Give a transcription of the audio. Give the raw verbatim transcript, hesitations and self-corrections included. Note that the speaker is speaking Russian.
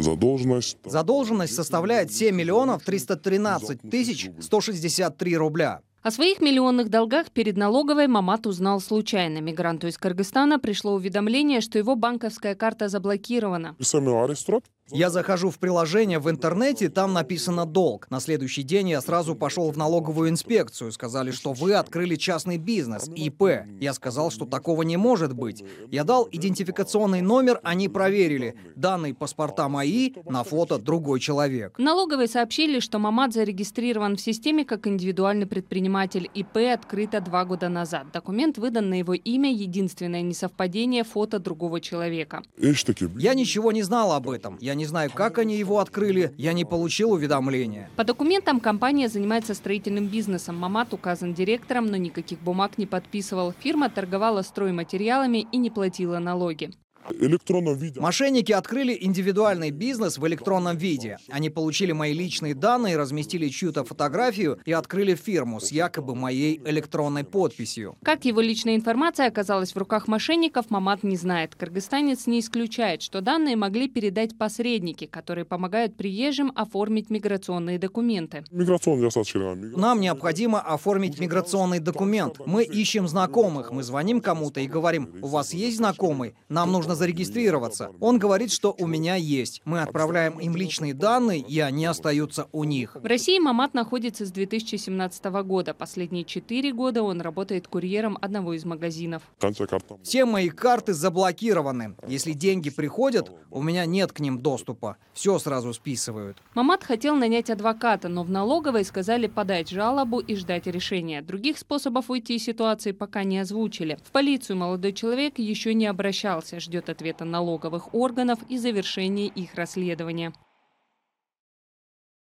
Задолженность. Задолженность составляет семь миллионов триста тринадцать тысяч сто шестьдесят три рубля. О своих миллионных долгах перед налоговой Мамат узнал случайно. Мигранту из Кыргызстана пришло уведомление, что его банковская карта заблокирована. Я захожу в приложение в интернете, там написано «долг». На следующий день я сразу пошел в налоговую инспекцию. Сказали, что вы открыли частный бизнес, И П. Я сказал, что такого не может быть. Я дал идентификационный номер, они проверили. Данные паспорта мои, на фото другой человек. В налоговой сообщили, что Мамат зарегистрирован в системе как индивидуальный предприниматель. И П открыто два года назад. Документ выдан на его имя, единственное несовпадение – фото другого человека. Я ничего не знал об этом. Я не знаю, как они его открыли, я не получил уведомления. По документам компания занимается строительным бизнесом. Мамат указан директором, но никаких бумаг не подписывал. Фирма торговала стройматериалами и не платила налоги. Мошенники открыли индивидуальный бизнес в электронном виде. Они получили мои личные данные, разместили чью-то фотографию и открыли фирму с якобы моей электронной подписью. Как его личная информация оказалась в руках мошенников, Мамат не знает. Кыргызстанец не исключает, что данные могли передать посредники, которые помогают приезжим оформить миграционные документы. Нам необходимо оформить миграционный документ. Мы ищем знакомых, мы звоним кому-то и говорим: у вас есть знакомый? Нам нужно зарегистрироваться. Он говорит, что у меня есть. Мы отправляем им личные данные, и они остаются у них. В России Мамат находится с две тысячи семнадцатого года. Последние четыре года он работает курьером одного из магазинов. Все мои карты заблокированы. Если деньги приходят, у меня нет к ним доступа. Все сразу списывают. Мамат хотел нанять адвоката, но в налоговой сказали подать жалобу и ждать решения. Других способов выйти из ситуации пока не озвучили. В полицию молодой человек еще не обращался. Ждет ответа налоговых органов и завершения их расследования.